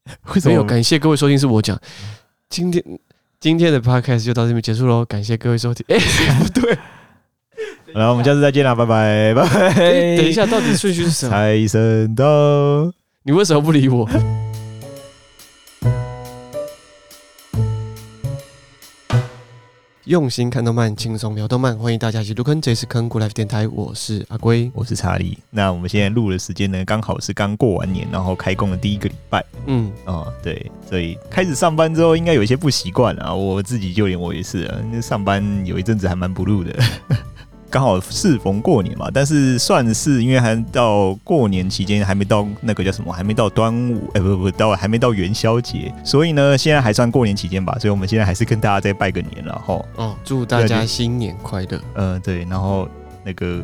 为什么没有？感谢各位收听，是我讲。今天的 podcast 就到这边结束喽，感谢各位收听。不对， 好了，我们下次再见啦，拜拜拜拜。 等一下，到底顺序是什么？ 财神到， 你为什么不理我？用心看动漫，轻松聊动漫，欢迎大家一起入坑。这里是坑谷 Life 电台，我是阿龟， 我是查理。那我们现在录的时间呢，刚好是刚过完年，然后开工的第一个礼拜。对，所以开始上班之后，应该有一些不习惯啊。我自己就连我也是啊，上班有一阵子还蛮不入的。刚好适逢过年嘛，但是算是因为还到过年期间，还没到那个叫什么，还没到端午，还没到元宵节，所以呢，现在还算过年期间吧，所以我们现在还是跟大家再拜个年了哈。 祝大家新年快乐。 对，然后那个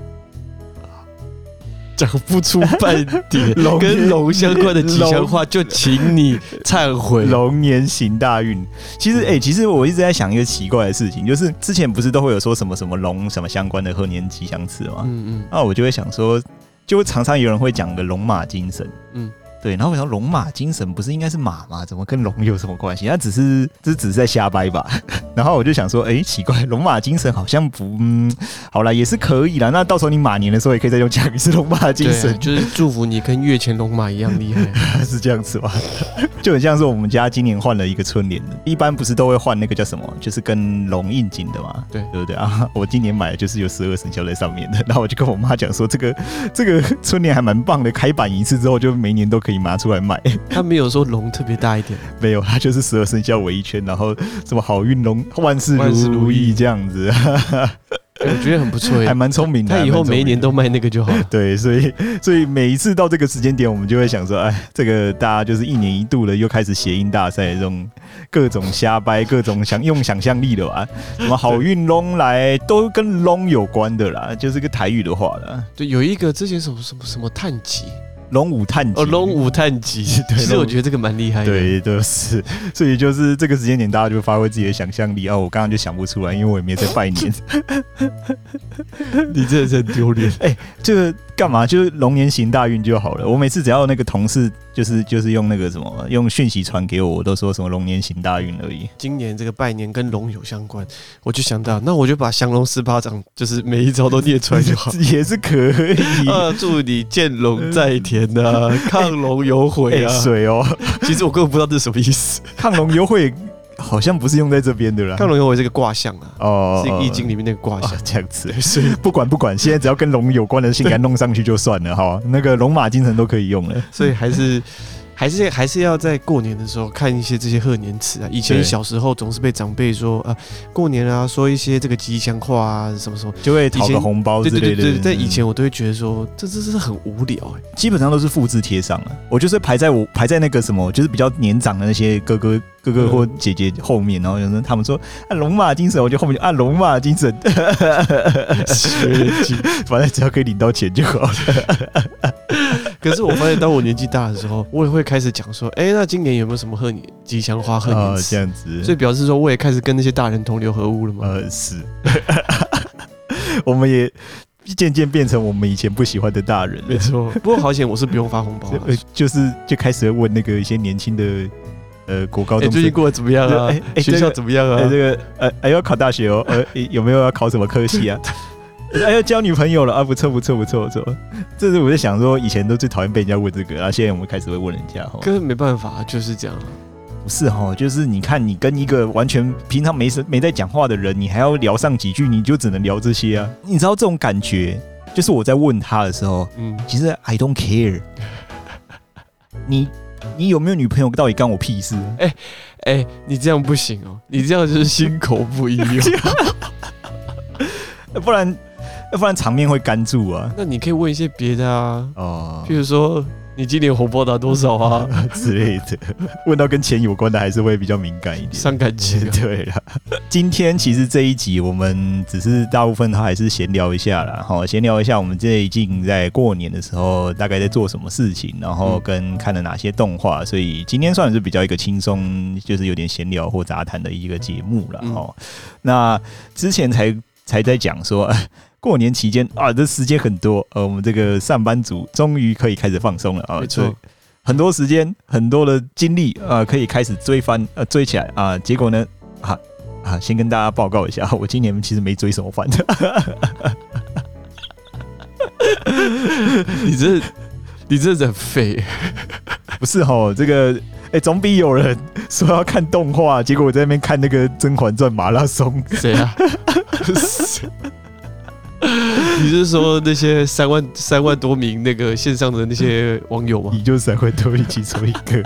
讲不出半点跟龙相关的吉祥话，就请你忏悔。 龙年行大运。其实我一直在想一个奇怪的事情，就是之前不是都会有说什么什么龙什么相关的贺年吉祥词吗？那我就会想说，就会常常有人会讲个龙马精神。对，然后我想龙马精神不是应该是马吗？怎么跟龙有什么关系？他只是在瞎掰吧。然后我就想说，奇怪，龙马精神好像不，好啦，也是可以啦。那到时候你马年的时候也可以再用讲一次龙马精神， 就是祝福你跟月前龙马一样厉害， 是这样子吗？就很像是我们家今年换了一个春联的，一般不是都会换那个叫什么，就是跟龙应景的嘛，对不对啊？我今年买的就是有12生肖在上面的，然后我就跟我妈讲说，这个春联还蛮棒的，开版一次之后就每年都可以拿出来卖。 他没有说龙特别大一点， 没有，他就是12生肖围一圈，然后什么好运龙万事如意这样子。 我觉得很不错耶， 还蛮聪明的。 他以后每一年都卖那个就好了。对， 所以每一次到这个时间点，我们就会想说，这个大家就是一年一度的又开始谐音大赛，这种各种瞎掰，各种用想象力的吧。什么好运龙来，都跟龙有关的啦，就是个台语的话啦。 对，有一个之前什么探吉。 龙舞探吉， 龙舞探吉，其实我觉得这个蛮厉害的。 对，都是，所以就是这个时间点，大家就发挥自己的想象力。我刚刚就想不出来，因为我也没在拜年。 你真的是很丢脸。 这个干嘛？就是龙年行大运就好了。我每次只要那个同事就是用那个什么，用讯息传给我，我都说什么龙年行大运而已。 今年这个拜年跟龙有相关，我就想到，那我就把降龙18掌，就是每一招都念出来就好， 也是可以。 祝你见龙在田啊，亢龙有悔啊， 水哦。 其实我根本不知道这是什么意思。 亢龙有悔好像不是用在这边的啦。 亢龙有悔这个卦象啊，是易经里面那个卦象， 这样子。所以不管，现在只要跟龙有关的性感弄上去就算了哈。那个龙马精神都可以用了， 所以还是要在过年的时候看一些这些贺年词啊。以前小时候总是被长辈说过年啊，说一些这个吉祥话啊，什么什么， 就会讨个红包之类的。 对，在以前我都会觉得说，这是很无聊基本上都是复制贴上了。我就是排在那个什么，就是比较年长的那些哥哥或姐姐后面，然后他们说龙马精神，我就后面就龙马精神，反正只要可以领到钱就好了。 可是我发现，当我年纪大的时候，我也会开始讲说，那今年有没有什么吉祥话贺年词？ 这样子， 所以表示说，我也开始跟那些大人同流合污了嘛。 是，我们也渐渐变成我们以前不喜欢的大人。 没错，不过好险，我是不用发红包了， 就开始会问那个一些年轻的国高中生， 最近过得怎么样啊？学校怎么样啊？ 这个要考大学哦，有没有要考什么科系啊？要交女朋友了啊！不错。这是我在想说，以前都最讨厌被人家问这个，然后现在我们开始会问人家。 可是没办法，就是这样。 不是就是你看，你跟一个完全平常没在讲话的人，你还要聊上几句，你就只能聊这些啊。你知道这种感觉，就是我在问他的时候，其实 I don't care 你有没有女朋友到底干我屁事？ 你这样不行哦，你这样就是心口不一哦。 不然场面会干住啊。 那你可以问一些别的啊，譬如说你今年红包打多少啊之类的，问到跟钱有关的还是会比较敏感一点， 伤感情。 对啦，今天其实这一集我们只是大部分还是闲聊一下啦，闲聊一下我们最近在过年的时候大概在做什么事情，然后跟看了哪些动画，所以今天算是比较一个轻松，就是有点闲聊或杂谈的一个节目啦。那之前才在讲说。过年期间这时间很多，我们这个上班族终于可以开始放松了啊！ 没错， 很多时间、很多的精力可以开始追番追起来结果呢先跟大家报告一下，我今年其实没追什么番的。 你这很废。 不是这个总比有人说要看动画，结果我在那边看那个《甄嬛传》马拉松。 谁啊？你是说那些3万多名那个线上的那些网友吗？ 你就3万多名其中一个。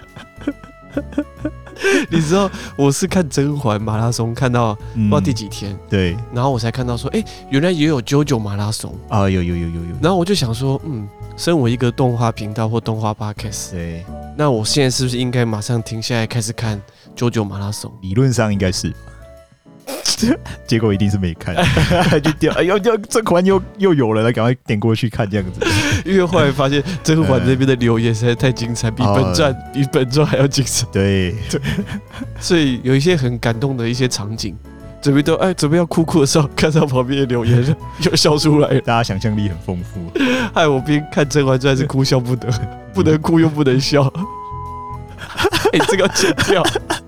你知道我是看甄嬛马拉松看到不知道第几天， 对， 然后我才看到说，原来也有JoJo马拉松有， 然后我就想说，身为一个动画频道或动画 podcast， 对， 那我现在是不是应该马上停下来开始看JoJo马拉松？ 理论上应该是。结果一定是没看，就掉，甄嬛又有了，赶快点过去看这样子。 因为后来发现甄嬛那边的留言实在太精彩，比本传还要精彩。 对， 所以有一些很感动的一些场景，准备要哭的时候，看到旁边的留言就笑出来了。 大家想象力很丰富， 害我边看《甄嬛传》是哭笑不得，不能哭又不能笑。这个要剪掉。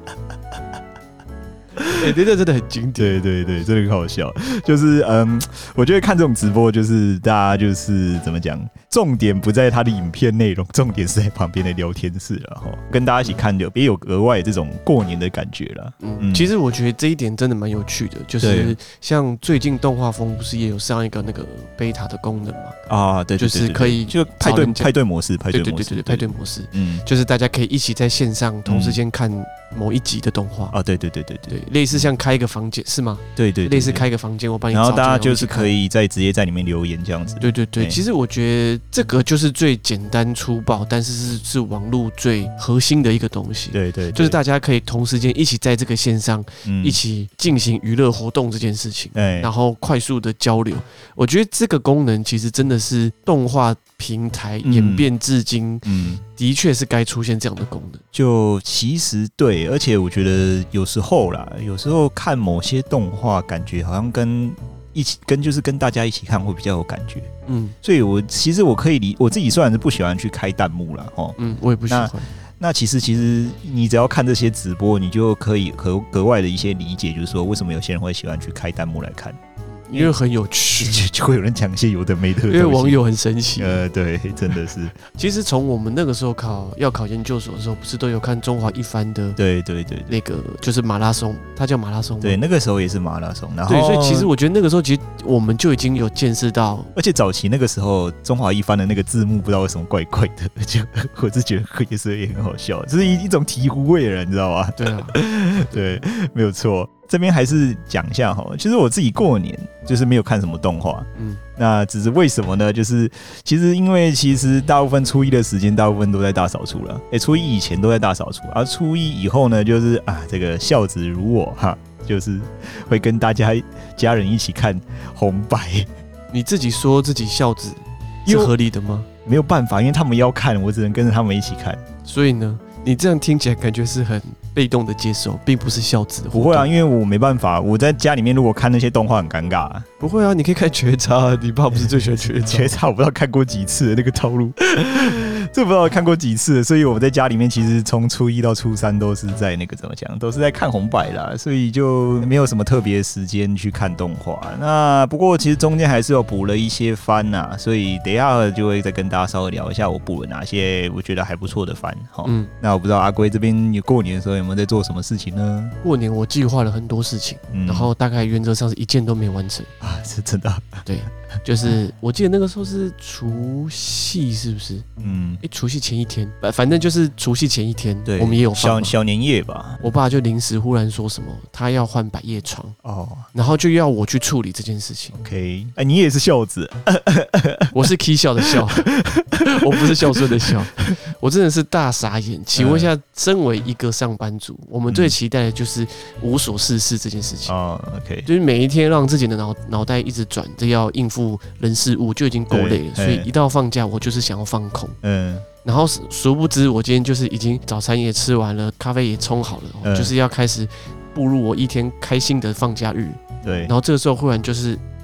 那真的很经典， 对，真的很好笑。就是我觉得看这种直播，就是大家就是怎么讲，重点不在他的影片内容，重点是在旁边的聊天室了，跟大家一起看，别有额外这种过年的感觉了。 其实我觉得这一点真的蛮有趣的，就是像最近动画风不是也有上一个那个贝塔的功能嘛？ 对， 就是可以就派对模式， 对，派对模式，就是大家可以一起在线上同时间看某一集的动画对， 类似像开一个房间是吗？ 对， 类似开一个房间，我帮你找， 然后大家就是可以直接在里面留言这样子。 对，其实我觉得这个就是最简单粗暴，但是是网络最核心的一个东西。 对， 就是大家可以同时间一起在这个线上一起进行娱乐活动这件事情，然后快速的交流。我觉得这个功能其实真的是动画平台演变至今，的确是该出现这样的功能。 就其实对，而且我觉得有时候看某些动画，感觉好像跟大家一起看会比较有感觉。所以其实我可以我自己虽然是不喜欢去开弹幕啦， 我也不喜欢。 那其实你只要看这些直播，你就可以格外的一些理解，就是说为什么有些人会喜欢去开弹幕来看。 因为很有趣， 就会有人讲一些有的没的东西。 因为网友很神奇。 对，真的是。 其实从我们那个时候要考研究所的时候，不是都有看中华一番的？ 对， 那个就是马拉松，它叫马拉松。 对，那个时候也是马拉松。然后对，所以其实我觉得那个时候其实我们就已经有见识到， 而且早期那个时候中华一番的那个字幕不知道为什么怪怪的，我是觉得也很好笑，这是一种醍醐味的人，你知道吧？ 对啊， 对，没有错。这边还是讲一下其实我自己过年就是没有看什么动画，那只是为什么呢？就是因为大部分初一的时间，大部分都在大扫除了。初一以前都在大扫除，而初一以后呢，就是这个孝子如我就是会跟家人一起看红白。 你自己说自己孝子是合理的吗？ 没有办法，因为他们要看，我只能跟着他们一起看。 所以呢，你这样听起来感觉是很被动的接受，并不是孝子。 不会啊，因为我没办法，我在家里面如果看那些动画很尴尬。 不会啊，你可以看绝差，你爸不是最喜欢绝差？ 绝差我不知道看过几次那个套路，这不知道看过几次，所以我在家里面其实从初一到初三都是在那个怎么讲，都是在看红白啦，所以就没有什么特别的时间去看动画。那不过其实中间还是有补了一些番呐，所以等一下就会再跟大家稍微聊一下我补了哪些我觉得还不错的番。那我不知道阿龟这边有过年的时候有没有在做什么事情呢？ 过年我计划了很多事情，然后大概原则上是一件都没完成。 是真的。 对，就是我记得那个时候是除夕，是不是？除夕前一天，反正就是除夕前一天，对，我们也有放小年夜吧。 我爸就临时忽然说什么，他要换百叶窗然后就要我去处理这件事情。 OK， 你也是孝子， 我是 K 孝的孝，我不是孝顺的孝，我真的是大傻眼。请问一下，身为一个上班族，我们最期待的就是无所事事这件事情。 OK， 就是每一天让自己的脑袋一直转，这要应付人事物就已经够累了，所以一到放假，我就是想要放空。然后殊不知，我今天就是已经早餐也吃完了，咖啡也冲好了，就是要开始步入我一天开心的放假日。对，然后这个时候忽然就是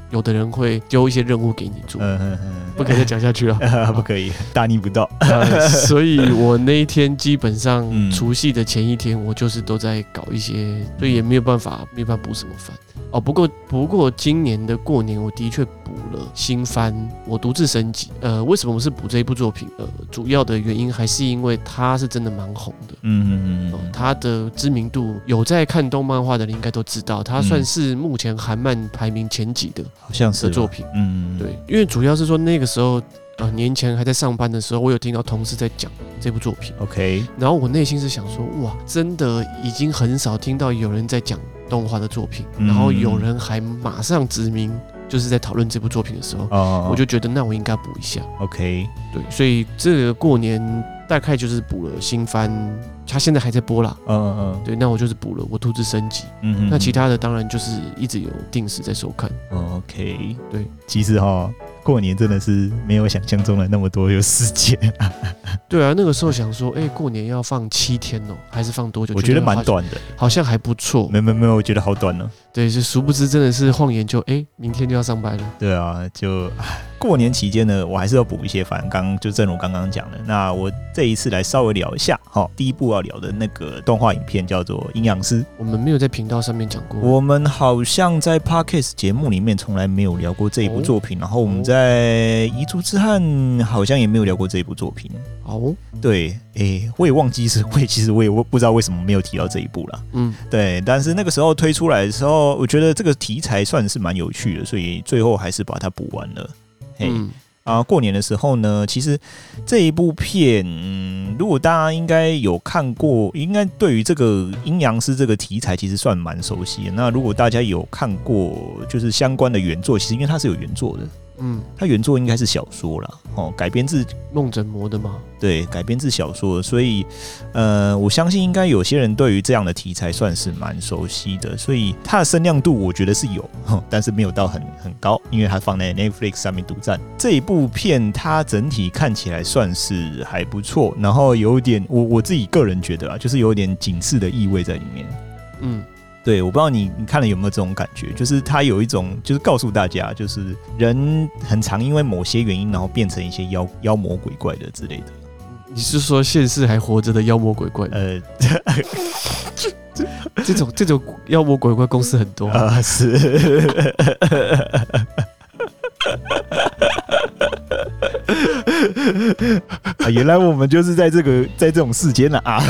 有的人会丢一些任务给你做，不可以再讲下去了， 不可以，大逆不道。 所以我那一天基本上除夕的前一天，我就是都在搞一些，所以也没有办法补什么番。不过今年的过年我的确补了新番，我独自升级。为什么我是补这一部作品？主要的原因还是因为它是真的蛮红的。它的知名度，有在看动漫画的人应该都知道，它算是目前韩漫排名前几的，好像是的作品。对，因为主要是说那个时候。年前还在上班的时候，我有听到同事在讲这部作品。 OK， 然后我内心是想说，哇，真的已经很少听到有人在讲动画的作品，然后有人还马上指明就是在讨论这部作品的时候，我就觉得那我应该补一下。 OK， 对，所以这个过年大概就是补了新番，他现在还在播啦。对，那我就是补了，我独自升级。那其他的当然就是一直有定时在收看。 OK， 对， 其实过年真的是没有想象中的那么多有时间。 对啊，那个时候想说，过年要放7天哦，还是放多久？ 我觉得蛮短的， 好像还不错。 没有，我觉得好短哦。 对，就殊不知真的是晃眼就明天就要上班了。 对啊，就过年期间呢，我还是要补一些番。就正如刚刚讲的，那我这一次来稍微聊一下。第一部要聊的那个动画影片叫做《阴阳师》， 我们没有在频道上面讲过。 我们好像在 Podcast 节目里面从来没有聊过这一部作品，然后我们在遗珠之憾好像也没有聊过这一部作品。对，我也忘记其实我也不知道为什么没有提到这一部啦。对，但是那个时候推出来的时候，我觉得这个题材算是蛮有趣的，所以最后还是把它补完了。过年的时候呢，其实这一部片，如果大家应该有看过，应该对于这个阴阳师这个题材其实算蛮熟悉的。那如果大家有看过就是相关的原作，其实因为它是有原作的。它原作应该是小说啦，改编自梦枕魔的吗？ 对，改编自小说，所以我相信应该有些人对于这样的题材算是蛮熟悉的，所以它的声量度我觉得是有，但是没有到很高，因为它放在 Netflix 上面独占。这一部片它整体看起来算是还不错，然后有点我自己个人觉得就是有点警示的意味在里面。对，我不知道你看了有没有这种感觉，就是它有一种就是告诉大家，就是人很常因为某些原因，然后变成一些妖魔鬼怪的之类的。 你是说现世还活着的妖魔鬼怪？这种妖魔鬼怪公司很多是。原来我们就是在这种世间了啊！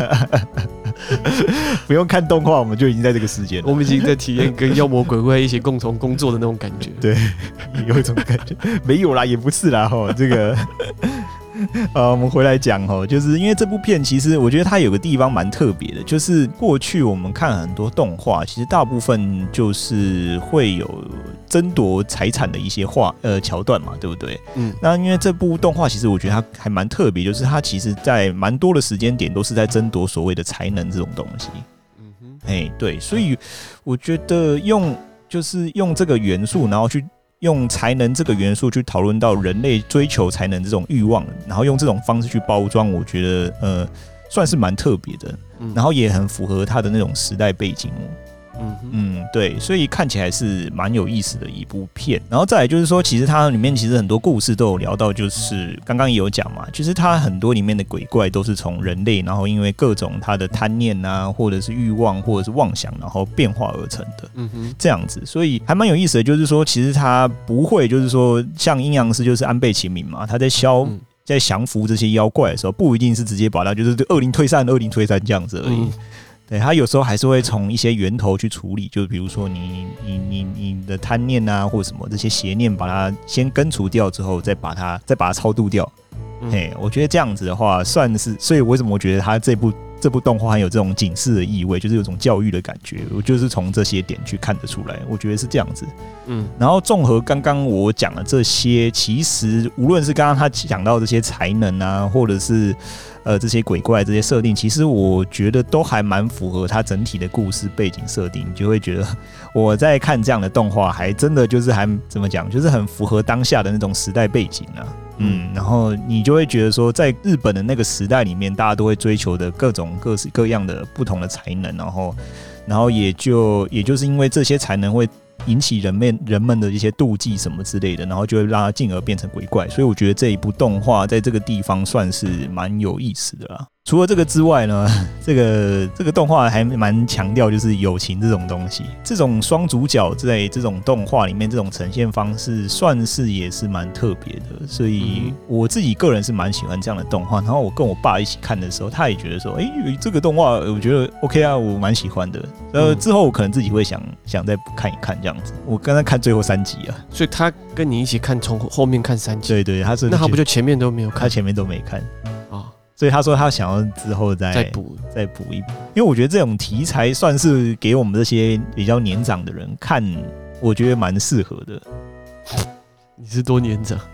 不用看动画，我们就已经在这个世界了。 我们已经在体验跟妖魔鬼怪一起共同工作的那种感觉。 对，有一种感觉。没有啦，也不是啦，这个。我们回来讲就是因为这部片其实我觉得它有个地方蛮特别的，就是过去我们看很多动画，其实大部分就是会有争夺财产的一些桥段嘛，对不对？那因为这部动画其实我觉得它还蛮特别，就是它其实在蛮多的时间点都是在争夺所谓的才能这种东西。对，所以我觉得用这个元素，然后去用才能这个元素去讨论到人类追求才能这种欲望，然后用这种方式去包装，我觉得算是蛮特别的，然后也很符合它的那种时代背景。对，所以看起来是蛮有意思的一部片。然后再来就是说，其实它里面其实很多故事都有聊到，就是刚刚也有讲嘛，就是它很多里面的鬼怪都是从人类，然后因为各种它的贪念啊，或者是欲望，或者是妄想，然后变化而成的，这样子。所以还蛮有意思的，就是说，其实它不会就是说像阴阳师就是安倍晴明嘛，他在降服这些妖怪的时候，不一定是直接把它就是恶灵退散这样子而已。对，他有时候还是会从一些源头去处理，就比如说你的贪念啊，或者什么这些邪念，把它先根除掉之后，再把它超度掉。我觉得这样子的话，算是，所以为什么我觉得他这部动画很有这种警示的意味，就是有种教育的感觉，我就是从这些点去看得出来，我觉得是这样子。然后综合刚刚我讲的这些，其实无论是刚刚他讲到这些才能啊，或者是这些鬼怪这些设定，其实我觉得都还蛮符合它整体的故事背景设定，你就会觉得我在看这样的动画，还真的就是还怎么讲，就是很符合当下的那种时代背景啊。然后你就会觉得说，在日本的那个时代里面，大家都会追求的各种各式各样的不同的才能，然后也就是因为这些才能会引起人们的一些妒忌什么之类的，然后就会让它进而变成鬼怪。所以我觉得这一部动画在这个地方算是蛮有意思的啦。除了这个之外呢，这个动画还蛮强调就是友情这种东西，这种双主角在这种动画里面这种呈现方式算是也是蛮特别的，所以我自己个人是蛮喜欢这样的动画。然后我跟我爸一起看的时候，他也觉得说，这个动画我觉得 OK 啊，我蛮喜欢的。之后我可能自己会想再看一看这样子。我刚才看最后3集啊， 所以他跟你一起看，从后面看3集。 对对， 那他不就前面都没有看？ 他前面都没看啊。所以他说他想要之后再补一补，因为我觉得这种题材算是给我们这些比较年长的人看，我觉得蛮适合的。 你是多年长？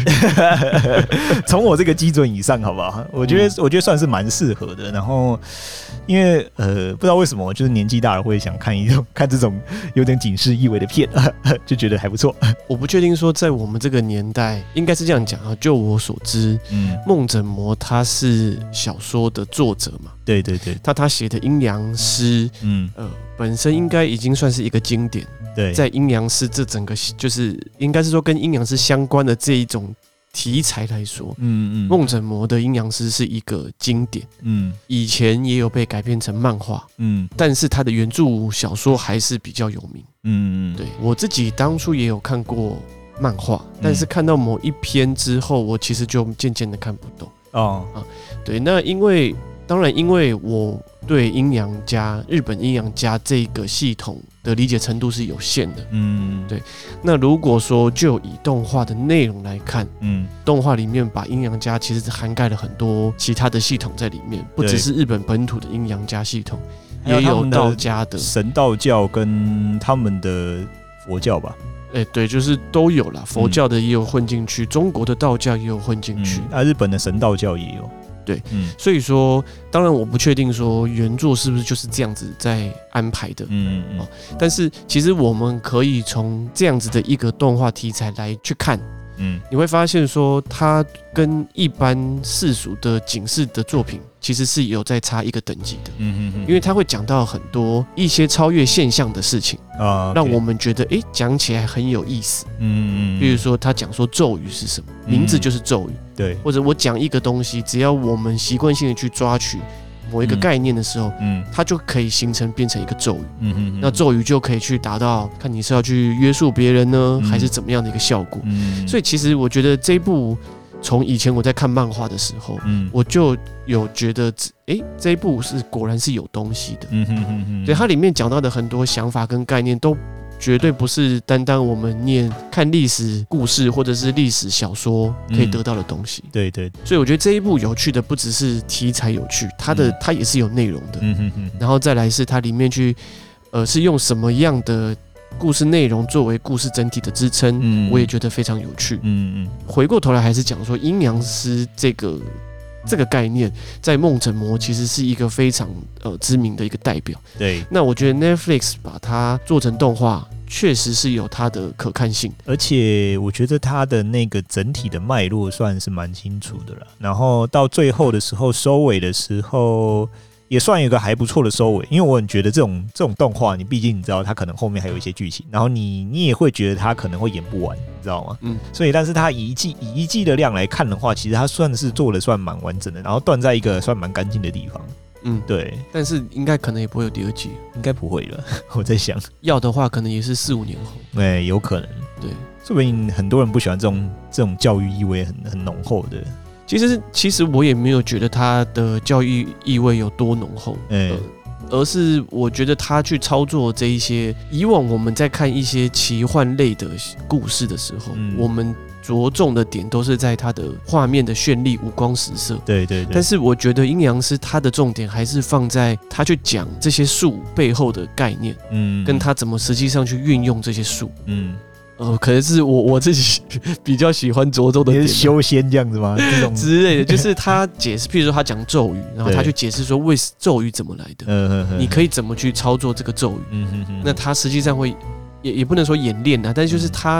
从我这个基准以上，好不好？我觉得算是蛮适合的。然后，因为不知道为什么，就是年纪大了会想看这种有点警示意味的片，就觉得还不错。 我不确定说在我们这个年代，应该是这样讲啊。就我所知，梦枕魔他是小说的作者嘛？ 对对对， 他写的《阴阳师》，本身应该已经算是一个经典。 对， 在阴阳师这整个就是应该是说跟阴阳师相关的这一种题材来说，梦枕魔的阴阳师是一个经典，以前也有被改编成漫画，但是它的原著小说还是比较有名，对，我自己当初也有看过漫画，但是看到某一篇之后，我其实就渐渐的看不懂对，那因为我对阴阳家日本阴阳家这个系统的理解程度是有限的，对。那如果说就以动画的内容来看，动画里面把阴阳家其实涵盖了很多其他的系统在里面，不只是日本本土的阴阳家系统，也有道家的神道教跟他们的佛教吧。 对，就是都有啦，佛教的也有混进去，中国的道教也有混进去， 日本的神道教也有。 对，所以说，当然我不确定说原作是不是就是这样子在安排的，但是其实我们可以从这样子的一个动画题材来去看，你会发现说它跟一般世俗的警示的作品其实是有在差一个等级的，因为它会讲到很多一些超越现象的事情让我们觉得讲起来很有意思，比如说他讲说咒语是什么，名字就是咒语， 对， 或者我讲一个东西，只要我们习惯性的去抓取某一个概念的时候，它就可以变成一个咒语，那咒语就可以去达到看你是要去约束别人呢，还是怎么样的一个效果，所以其实我觉得这一部从以前我在看漫画的时候，我就有觉得这一部果然是有东西的，对，它里面讲到的很多想法跟概念都绝对不是单单我们看历史故事或者是历史小说可以得到的东西。 对对， 所以我觉得这一部有趣的不只是题材有趣，它也是有内容的。然后再来是它里面去是用什么样的故事内容作为故事整体的支撑，我也觉得非常有趣。回过头来还是讲说阴阳师这个概念在梦枕魔其实是一个非常知名的一个代表。 对， 那我觉得 Netflix 把它做成动画确实是有它的可看性， 而且我觉得它的那个整体的脉络算是蛮清楚的啦，然后到最后的时候收尾的时候也算有一个还不错的收尾，因为我很觉得这种动画，毕竟你知道它可能后面还有一些剧情，然后你也会觉得它可能会演不完，你知道吗？所以但是它以一季的量来看的话，其实它算是做的算蛮完整的，然后断在一个算蛮干净的地方。对， 但是应该可能也不会有第2季， 应该不会了。我在想， 要的话可能也是4-5年后。 有可能。 对， 说不定很多人不喜欢这种教育意味很浓厚的。 其实我也没有觉得他的教育意味有多浓厚，而是我觉得他去操作这一些以往我们在看一些奇幻类的故事的时候，我们着重的点都是在它的画面的绚丽、五光十色。 对对对。 但是我觉得阴阳师他的重点还是放在他去讲这些术背后的概念，跟他怎么实际上去运用这些术，可能是我自己比较喜欢着重的点， 修仙这样子吗？这种之类的，就是他解释，譬如说他讲咒语，然后他去解释说咒语怎么来的，你可以怎么去操作这个咒语。那他实际上会也不能说演练啊，但是就是他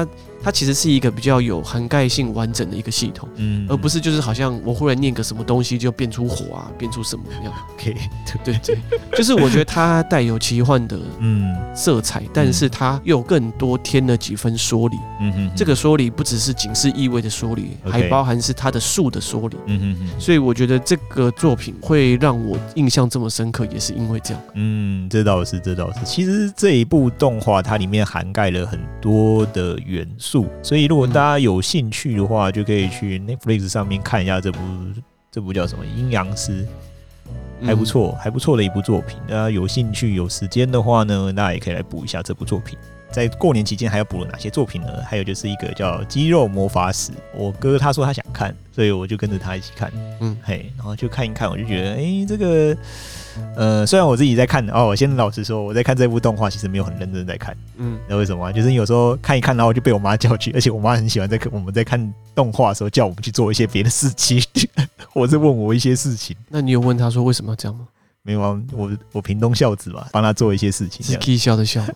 它其实是一个比较有涵盖性完整的一个系统，而不是就是好像我忽然念个什么东西就变出火啊，变出什么样。 OK， 对，就是我觉得它带有奇幻的色彩，但是它又更多添了几分说理。这个说理不只是警示意味的说理，还包含是它的术的说理。所以我觉得这个作品会让我印象这么深刻，也是因为这样。 这倒是。其实这一部动画它里面涵盖了很多的元素，所以如果大家有兴趣的话，就可以去 Netflix 上面看一下这部叫什么《阴阳师》，还不错的一部作品。大家有兴趣有时间的话呢，大家也可以来补一下这部作品。在过年期间还有补了哪些作品呢？还有就是一个叫《肌肉魔法使》，我哥他说他想看，所以我就跟着他一起看。然后就看一看，我就觉得，这个，虽然我自己在看，我先老实说，我在看这部动画其实没有很认真在看。那为什么？就是有时候看一看，然后我就被我妈叫去，而且我妈很喜欢我们在看动画的时候叫我们去做一些别的事情，或是问我一些事情。 那你有问他说为什么要这样吗？ 没有啊，我屏东孝子嘛，帮他做一些事情， 是 K 笑的笑。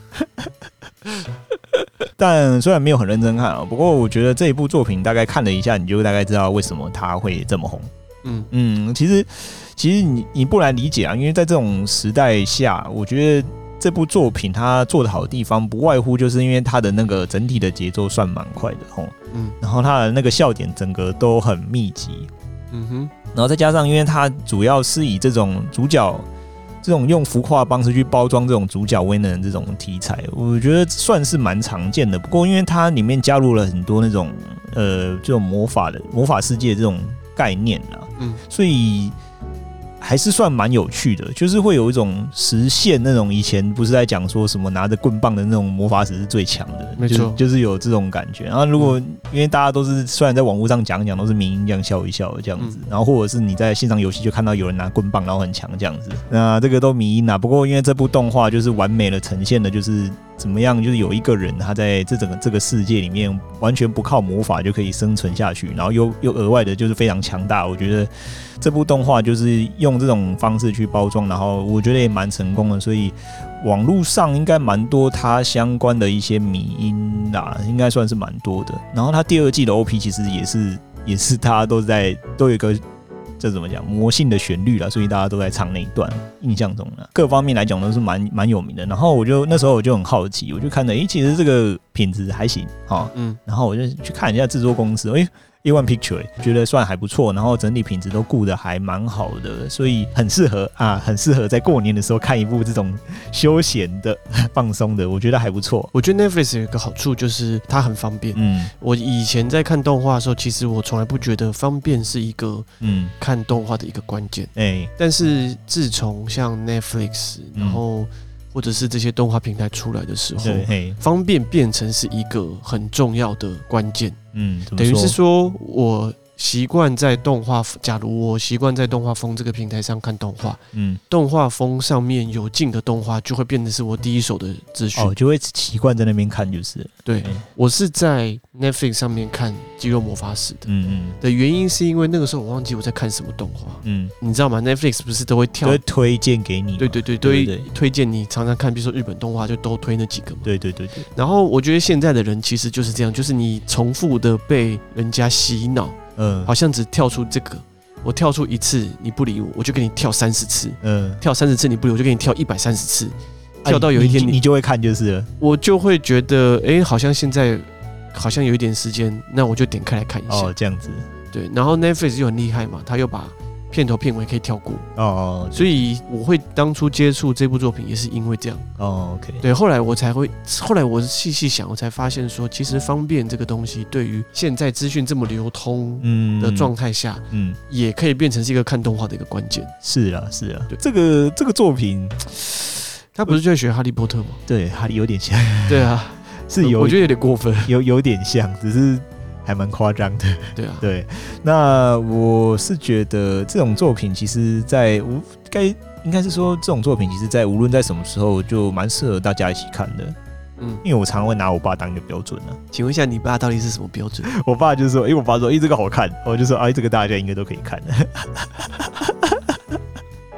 但虽然没有很认真看不过我觉得这一部作品大概看了一下，你就大概知道为什么他会这么红。其实你不难理解啊，因为在这种时代下，我觉得这部作品它做得好的地方，不外乎就是因为它的那个整体的节奏算蛮快的然后它的那个笑点整个都很密集。然后再加上，因为它主要是以这种主角这种用浮夸的方式去包装这种主角威能的这种题材，我觉得算是蛮常见的。不过，因为它里面加入了很多那种这种魔法世界这种概念啦，所以还是算蛮有趣的，就是会有一种实现那种以前不是在讲说什么拿着棍棒的那种魔法使是最强的， 没错， 就是有这种感觉。然后如果因为大家都是虽然在网络上讲都是迷因这样笑一笑这样子，然后或者是你在线上游戏就看到有人拿棍棒然后很强这样子，那这个都迷因啊。不过因为这部动画就是完美的呈现的就是怎么样，就是有一个人他在这个世界里面完全不靠魔法就可以生存下去，然后又额外的就是非常强大。我觉得这部动画就是用这种方式去包装，然后我觉得也蛮成功的，所以网络上应该蛮多它相关的一些迷因啦，应该算是蛮多的。然后它第二季的 OP 其实也是大家都有一个这怎么讲魔性的旋律啦，所以大家都在唱那一段，印象中啦各方面来讲都是蛮有名的。然后那时候我就很好奇，我就看了，其实这个品质还行然后我就去看一下制作公司，A1 Picture 觉得算还不错，然后整体品质都顾得还蛮好的，所以很适合在过年的时候看一部这种休闲的放松的，我觉得还不错。 我觉得 Netflix 有一个好处就是它很方便。我以前在看动画的时候，其实我从来不觉得方便是一个看动画的一个关键。但是自从像 Netflix，然后或者是这些动画平台出来的时候，方便变成是一个很重要的关键。等于是说我习惯在动画，假如我习惯在动画风这个平台上看动画，动画风上面有进的动画就会变成是我第一手的资讯， 就会习惯在那边看就是。 对，我是在 Netflix 上面看《肌肉魔法使》的原因是因为那个时候我忘记我在看什么动画，你知道吗 ？Netflix 不是都会推荐给你， 对，都会推荐你常常看，比如说日本动画就都推那几个嘛， 对。 然后我觉得现在的人其实就是这样，就是你重复的被人家洗脑。好像只跳出这个，我跳出一次你不理我，我就给你跳30次，跳30次你不理我，就给你跳130次，跳到有一天你就会看就是了， 我就会觉得好像现在好像有一点时间，那我就点开来看一下， 这样子， 对。然后 Netflix 又很厉害嘛，他又把片头片尾可以跳过所以我会当初接触这部作品也是因为这样 OK。 对，后来我细想，我才发现说，其实方便这个东西，对于现在资讯这么流通的状态下，也可以变成是一个看动画的一个关键。 是啊，对，这个作品， 他不是就在学哈利波特吗？ 对，哈利有点像， 对啊， 是我觉得有点过分， 有点像，只是还蛮夸张的， 对啊， 对。那我是觉得这种作品，其实应该是说这种作品，其实在无论在什么时候，就蛮适合大家一起看的。因为我常常会拿我爸当一个标准啊。 请问一下，你爸到底是什么标准？ 我爸就是说，我爸说，这个好看，我就说，这个大家应该都可以看。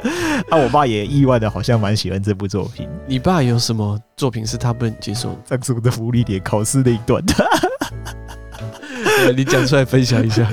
我爸也意外的好像蛮喜欢这部作品。 你爸有什么作品是他不能接受的？ 上次的福利点考试那一段， 你讲出来分享一下。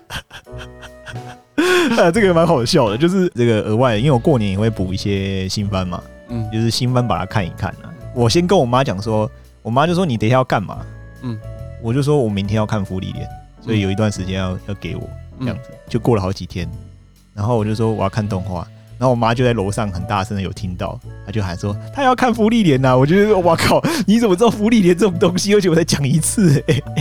这个蛮好笑的，就是这个额外，因为我过年也会补一些新番嘛，就是新番把它看一看啊。我先跟我妈讲说，我妈就说你等一下要干嘛？我就说我明天要看福利点，所以有一段时间要给我这样子，就过了好几天，然后我就说我要看动画。然后我妈就在楼上很大声的有听到，她就喊说她要看福利莲呐！我觉得哇靠，你怎么知道福利莲这种东西？而且我才讲一次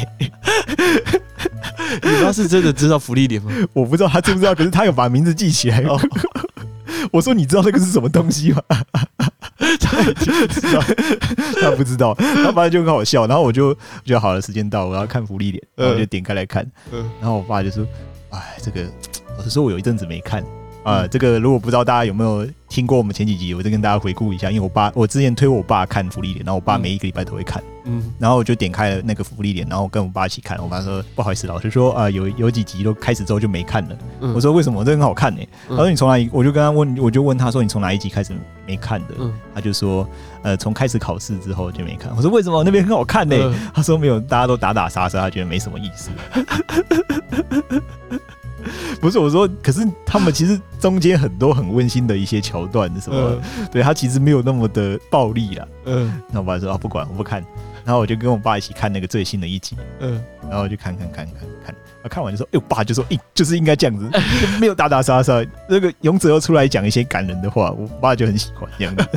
你妈是真的知道福利莲吗？ 我不知道她知不知道，可是她有把名字记起来。我说你知道那个是什么东西吗？她不知道，她反正就很好笑。然后我就觉得好了，时间到，我要看福利莲，然后我就点开来看。然后我爸就说：“哎，这个老实说，我有一阵子没看。”这个如果不知道大家有没有听过我们前几集，我再跟大家回顾一下。因为我之前推我爸看福利莲，然后我爸每一个礼拜都会看，然后我就点开了那个福利莲，然后跟我爸一起看。我爸说不好意思，老师说有几集都开始之后就没看了。我说为什么？这很好看欸。他说你从哪里？我就问他说你从哪一集开始没看的？他就说从开始考试之后就没看。我说为什么？那边很好看欸。他说没有，大家都打打杀杀，他觉得没什么意思。不是我说，可是他们其实中间很多很温馨的一些桥段什么，对他其实没有那么的暴力啦。那我爸说不管，我不看。然后我就跟我爸一起看那个最新的一集，然后我就看，看完就说，我爸就说，就是应该这样子，没有打打杀杀。那个勇者又出来讲一些感人的话，我爸就很喜欢这样子。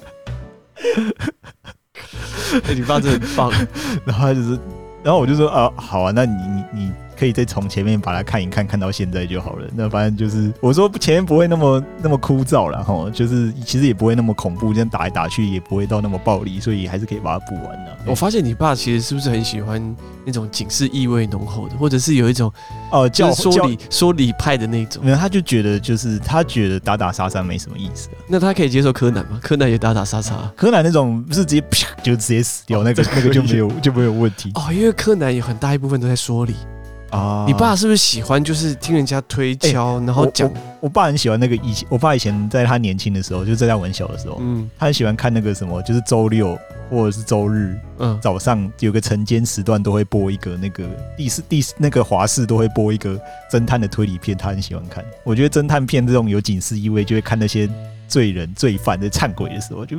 你爸真的很棒。 然后我就说好啊，那你可以再从前面把它看一看，看到现在就好了。那反正就是我说前面不会那么枯燥啦，就是其实也不会那么恐怖，这样打来打去也不会到那么暴力，所以还是可以把它补完的。 我发现你爸其实是不是很喜欢那种警示意味浓厚的，或者是有一种说理派的那种？ 没有，他就觉得他觉得打打杀杀没什么意思。 那他可以接受柯南吗？柯南也打打杀杀， 柯南那种不是直接就直接死掉，那个就没有问题因为柯南有很大一部分都在说理。你爸是不是喜欢就是听人家推敲，然后讲？ 我爸很喜欢那个我爸以前在他年轻的时候，就在他很小的时候，他很喜欢看那个什么，就是周六或者是周日，早上有个晨间时段都会播一个那个那个华视都会播一个侦探的推理片，他很喜欢看。我觉得侦探片这种有警示意味，就会看那些罪人罪犯在忏悔的时候，就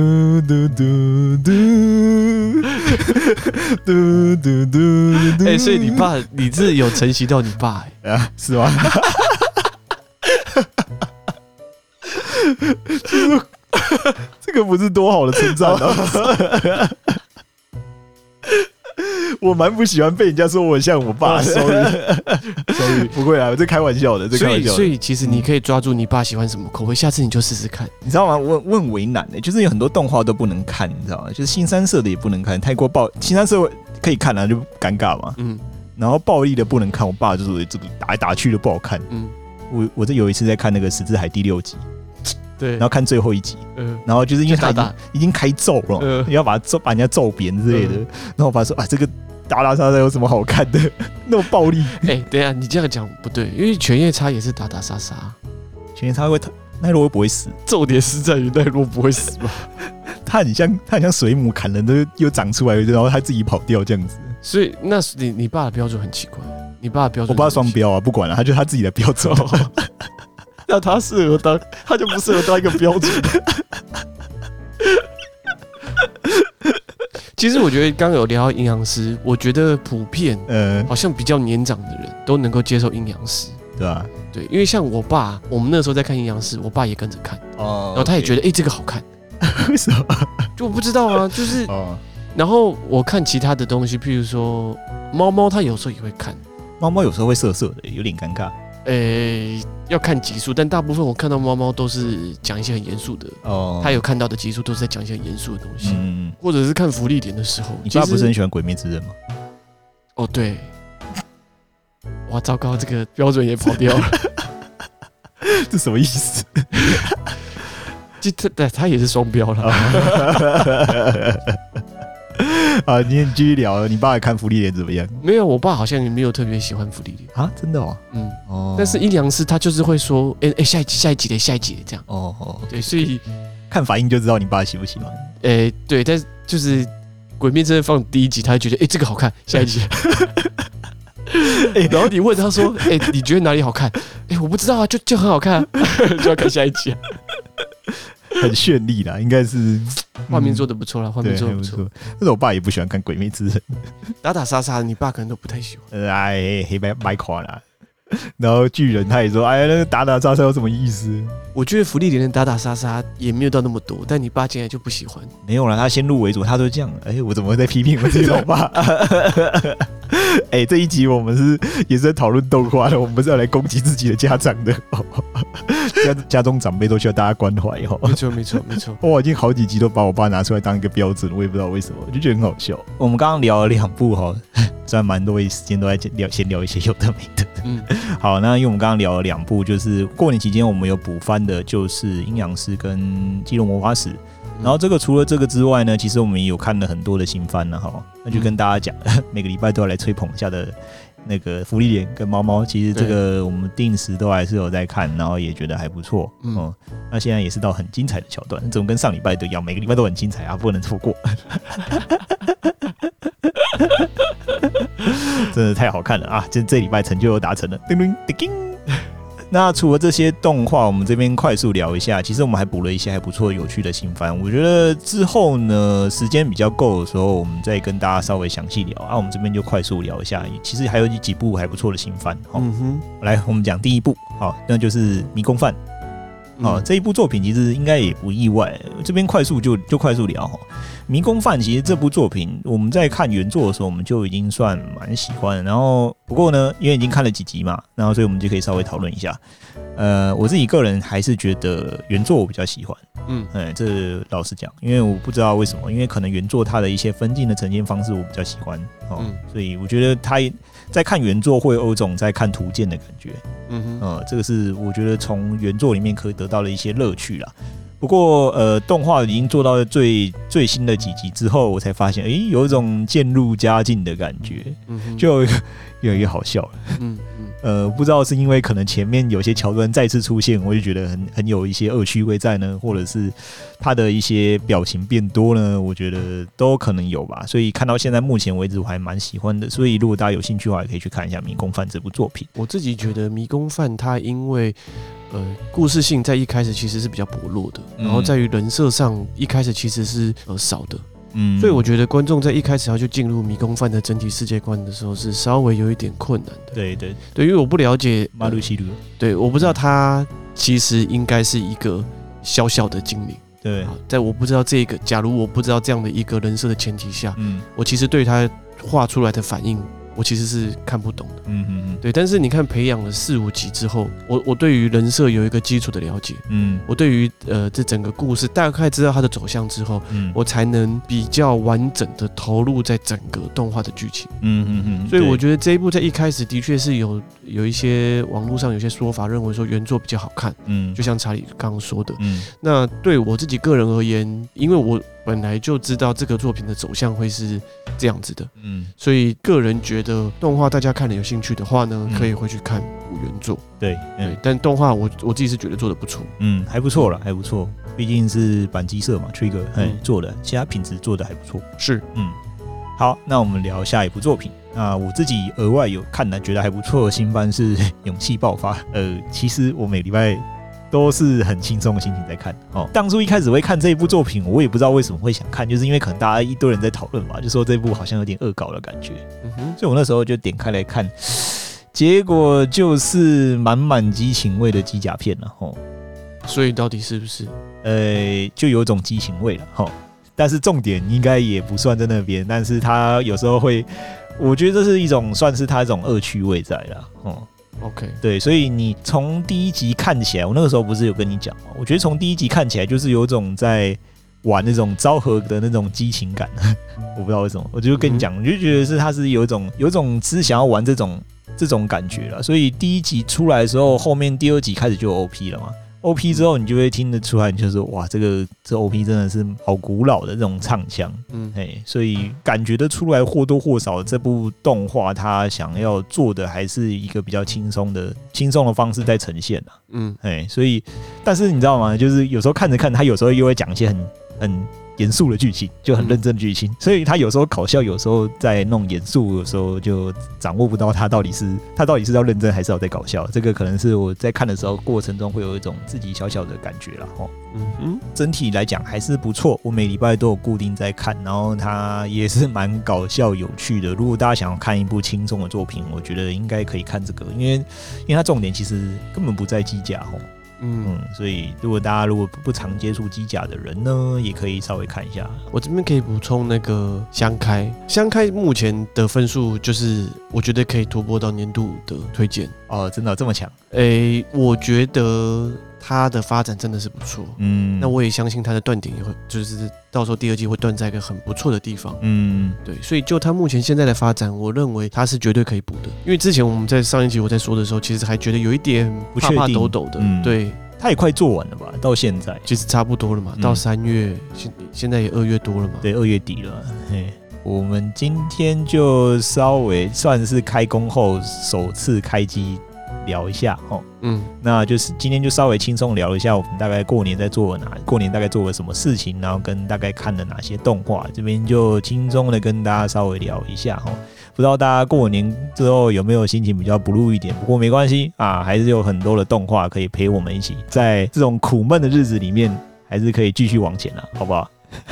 所以你是有承袭到你爸是吗？这个不是多好的称赞啊！我蛮不喜欢被人家说我像我爸，sorry， 不会啊，我这开玩笑的， 所以其实你可以抓住你爸喜欢什么口味，下次你就试试看， 你知道吗？我很为难就是有很多动画都不能看，你知道吗？就是新三社的也不能看，太过新三社可以看啊，就尴尬嘛。然后暴力的不能看，我爸就说这个打来打去的不好看。我这有一次在看那个《十字海》第6集。 对， 然后看最后一集，然后就是因为他已经开揍了，你要把人家揍扁之类的，然后我爸说这个打打杀杀有什么好看的？那么暴力。 等一下你这样讲不对，因为犬夜叉也是打打杀杀， 犬夜叉奈落会不会死？ 重点是在于奈落不会死吧？ 他很像水母砍人的又长出来，然后他自己跑掉这样子。 所以那你爸的标准很奇怪，你爸的标准， 我爸双标啊，不管了，他就他自己的标准。 那他适合当，他就不适合当一个标准。其实我觉得刚刚有聊到阴阳师，我觉得普遍好像比较年长的人都能够接受阴阳师， 对吧？ 对，因为像我爸，我们那时候在看阴阳师，我爸也跟着看，然后他也觉得这个好看。 为什么？ 就我不知道啊，就是，然后我看其他的东西，譬如说猫，他有时候也会看， 猫有时候会涩涩的，有点尴尬。 要看集数，但大部分我看到猫都是讲一些很严肃的。他有看到的集数都是在讲一些很严肃的东西。或者是看福利点的时候。 你爸不是很喜欢《鬼灭之刃》吗？ 对。哇，糟糕，这个标准也跑掉了。 这什么意思？ 他也是双标了。 今天继续聊，你爸看福利点怎么样？ 没有，我爸好像也没有特别喜欢福利点啊，真的哦。 但是阴阳师他就是会说，下一集这样。对，所以看反应就知道你爸喜不喜欢。 对，但是就是《鬼灭之刃》放第1集，他会觉得这个好看，下一集。然后你问他说，你觉得哪里好看？我不知道啊，就很好看啊，就要看下一集啊。 很绚丽啦，应该是画面做的不错啦，画面做的不错。 但是我爸也不喜欢看《鬼灭之刃》， 打打杀杀，你爸可能都不太喜欢。 黑白垮啦。然后巨人他也说，那个打打杀杀有什么意思？ 我觉得福利连的打打杀杀也没有到那么多，但你爸竟然就不喜欢。 没有啦，他先入为主，他都这样。我怎么会在批评我自己老爸？这一集我们也是在讨论动画的，我们不是要来攻击自己的家长的。家中长辈都需要大家关怀。 没错。 我已经好几集都把我爸拿出来当一个标准，我也不知道为什么，我就觉得很好笑。我们刚刚聊了2部虽然蛮多时间都在先聊一些有的没的。好，那因为我们刚刚聊了2部，就是过年期间我们有补番的，就是《阴阳师》跟《基隆魔法使》。然后除了这个之外呢，其实我们也有看了很多的新番了那就跟大家讲，每个礼拜都要来吹捧一下的那个福利莲跟猫猫，其实这个我们定时都还是有在看，然后也觉得还不错。那现在也是到很精彩的桥段，怎么跟上礼拜都一样，每个礼拜都很精彩啊，不能错过。真的太好看了啊！这礼拜成就又达成了，叮叮叮叮。那除了这些动画，我们这边快速聊一下。其实我们还补了一些还不错、有趣的新番。我觉得之后呢，时间比较够的时候，我们再跟大家稍微详细聊啊。我们这边就快速聊一下。其实还有几部还不错的新番。来，我们讲第一部，那就是《迷宫饭》。这一部作品其实应该也不意外，这边快速就快速聊。迷宫饭其实这部作品我们在看原作的时候，我们就已经算蛮喜欢的。然后不过呢，因为已经看了几集嘛，然后所以我们就可以稍微讨论一下。我自己个人还是觉得原作我比较喜欢。这老实讲，因为我不知道为什么，因为可能原作它的一些分镜的呈现方式我比较喜欢。所以我觉得它在看原作会有一种在看图鉴的感觉。这个是我觉得从原作里面可以得到的一些乐趣啦。不过动画已经做到了最新的几集之后，我才发现，有一种渐入佳境的感觉，就越来越好笑了。不知道是因为可能前面有些桥段再次出现，我就觉得很有一些恶趣味在呢，或者是他的一些表情变多呢，我觉得都可能有吧。所以看到现在目前为止，我还蛮喜欢的。所以如果大家有兴趣的话，也可以去看一下《迷宫饭》这部作品。 我自己觉得《迷宫饭》它因为故事性在一开始其实是比较薄弱的，然后在于人设上一开始其实是少的。所以我觉得观众在一开始要去进入迷宫饭的整体世界观的时候，是稍微有一点困难的。对，因为我不了解马鲁西鲁， 对，我不知道他其实应该是一个小小的精灵。 对， 在我不知道假如我不知道这样的一个人设的前提下，我其实对他画出来的反应，我其实是看不懂的。对，但是你看培养了4、5集之后，我对于人设有一个基础的了解。我对于这整个故事大概知道它的走向之后，我才能比较完整的投入在整个动画的剧情。所以我觉得这一部在一开始的确是有一些网络上有些说法认为说原作比较好看。就像查理刚刚说的。那对我自己个人而言，因为我本来就知道这个作品的走向会是这样子的，所以个人觉得动画大家看了有兴趣的话呢，可以回去看原作。 对， 但动画我自己是觉得做的不错， 还不错啦，还不错，毕竟是板机社嘛 ，Trigger 做的，其他品质做的还不错。 是， 好，那我们聊下一部作品。那我自己额外有看的觉得还不错的新番是《勇气爆发》。其实我每礼拜都是很轻松的心情在看。当初一开始会看这一部作品，我也不知道为什么会想看，就是因为可能大家一堆人在讨论嘛，就说这部好像有点恶搞的感觉。所以我那时候就点开来看，结果就是满满激情味的机甲片了。 所以到底是不是？ 就有种激情味了。但是重点应该也不算在那边，但是他有时候会，我觉得这是一种算是他一种恶趣味在啦。 OK， 对，所以你从第1集看起来，我那个时候不是有跟你讲吗？我觉得从第1集看起来就是有种在玩那种昭和的那种激情感。我不知道为什么，我就跟你讲，我就觉得是他是有一种只想要玩这种感觉了。所以第1集出来的时候，后面第2集开始就有 OP 了嘛。 OP 之后，你就会听得出来，就是哇，这 OP 真的是好古老的这种唱腔，所以感觉得出来或多或少这部动画它想要做的还是一个比较轻松的方式在呈现所以，但是你知道吗？就是有时候看着看，他有时候又会讲一些很严肃的剧情，就很认真的剧情，所以他有时候搞笑，有时候在弄严肃，有时候就掌握不到他到底是要认真还是要在搞笑。这个可能是我在看的时候过程中会有一种自己小小的感觉啦。整体来讲还是不错，我每礼拜都有固定在看，然后它也是蛮搞笑有趣的。如果大家想要看一部轻松的作品，我觉得应该可以看这个，因为它重点其实根本不在机甲所以如果大家不常接触机甲的人呢，也可以稍微看一下。 我这边可以补充那个香开目前的分数就是我觉得可以突破到年度的推荐哦，真的这么强？ 我觉得它的发展真的是不错，那我也相信它的断点也会，就是到时候第2季会断在一个很不错的地方，对，所以就它目前现在的发展，我认为它是绝对可以补的。因为之前我们在上一集我在说的时候，其实还觉得有一点怕抖抖的，对， 它也快做完了吧？到现在其实差不多了嘛，到3月，现在也2月多了嘛， 对，2月底了。我们今天就稍微算是开工后首次开机聊一下那就是今天就稍微轻松聊一下我们大概过年大概做了什么事情，然后跟大概看了哪些动画，这边就轻松的跟大家稍微聊一下不知道大家过年之后有没有心情比较 blue 一点，不过没关系还是有很多的动画可以陪我们一起在这种苦闷的日子里面，还是可以继续往前好不好？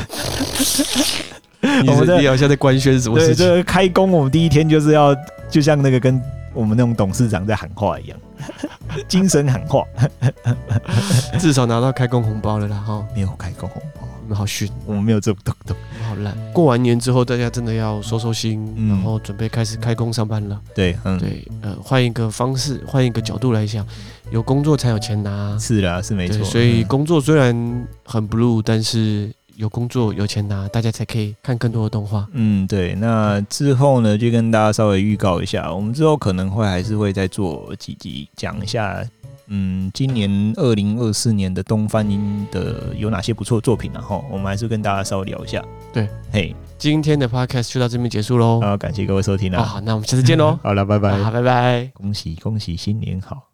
你好像在官宣什么事情？ 对，这个开工我们第一天就是要就像那个跟我们那种董事长在喊话一样，精神喊话。 至少拿到开工红包了啦没有开工红包， 你们好逊， 我们没有这么动， 我们好烂。过完年之后，大家真的要收心，然后准备开始开工上班了。 对， 对，换一个方式，换一个角度来想，有工作才有钱拿。 是啦，是没错。 所以工作虽然很 blue， 但是有工作有钱拿，大家才可以看更多的动画。 对。那之后呢，就跟大家稍微预告一下，我们之后可能还是会再做几集讲一下，今年2024年的东番音的有哪些不错的作品我们还是跟大家稍微聊一下。 对，今天的 podcast 就到这边结束喽。 好，感谢各位收听啦。 好，那我们下次见喽。 好了，拜拜。 好，拜拜。 恭喜新年好。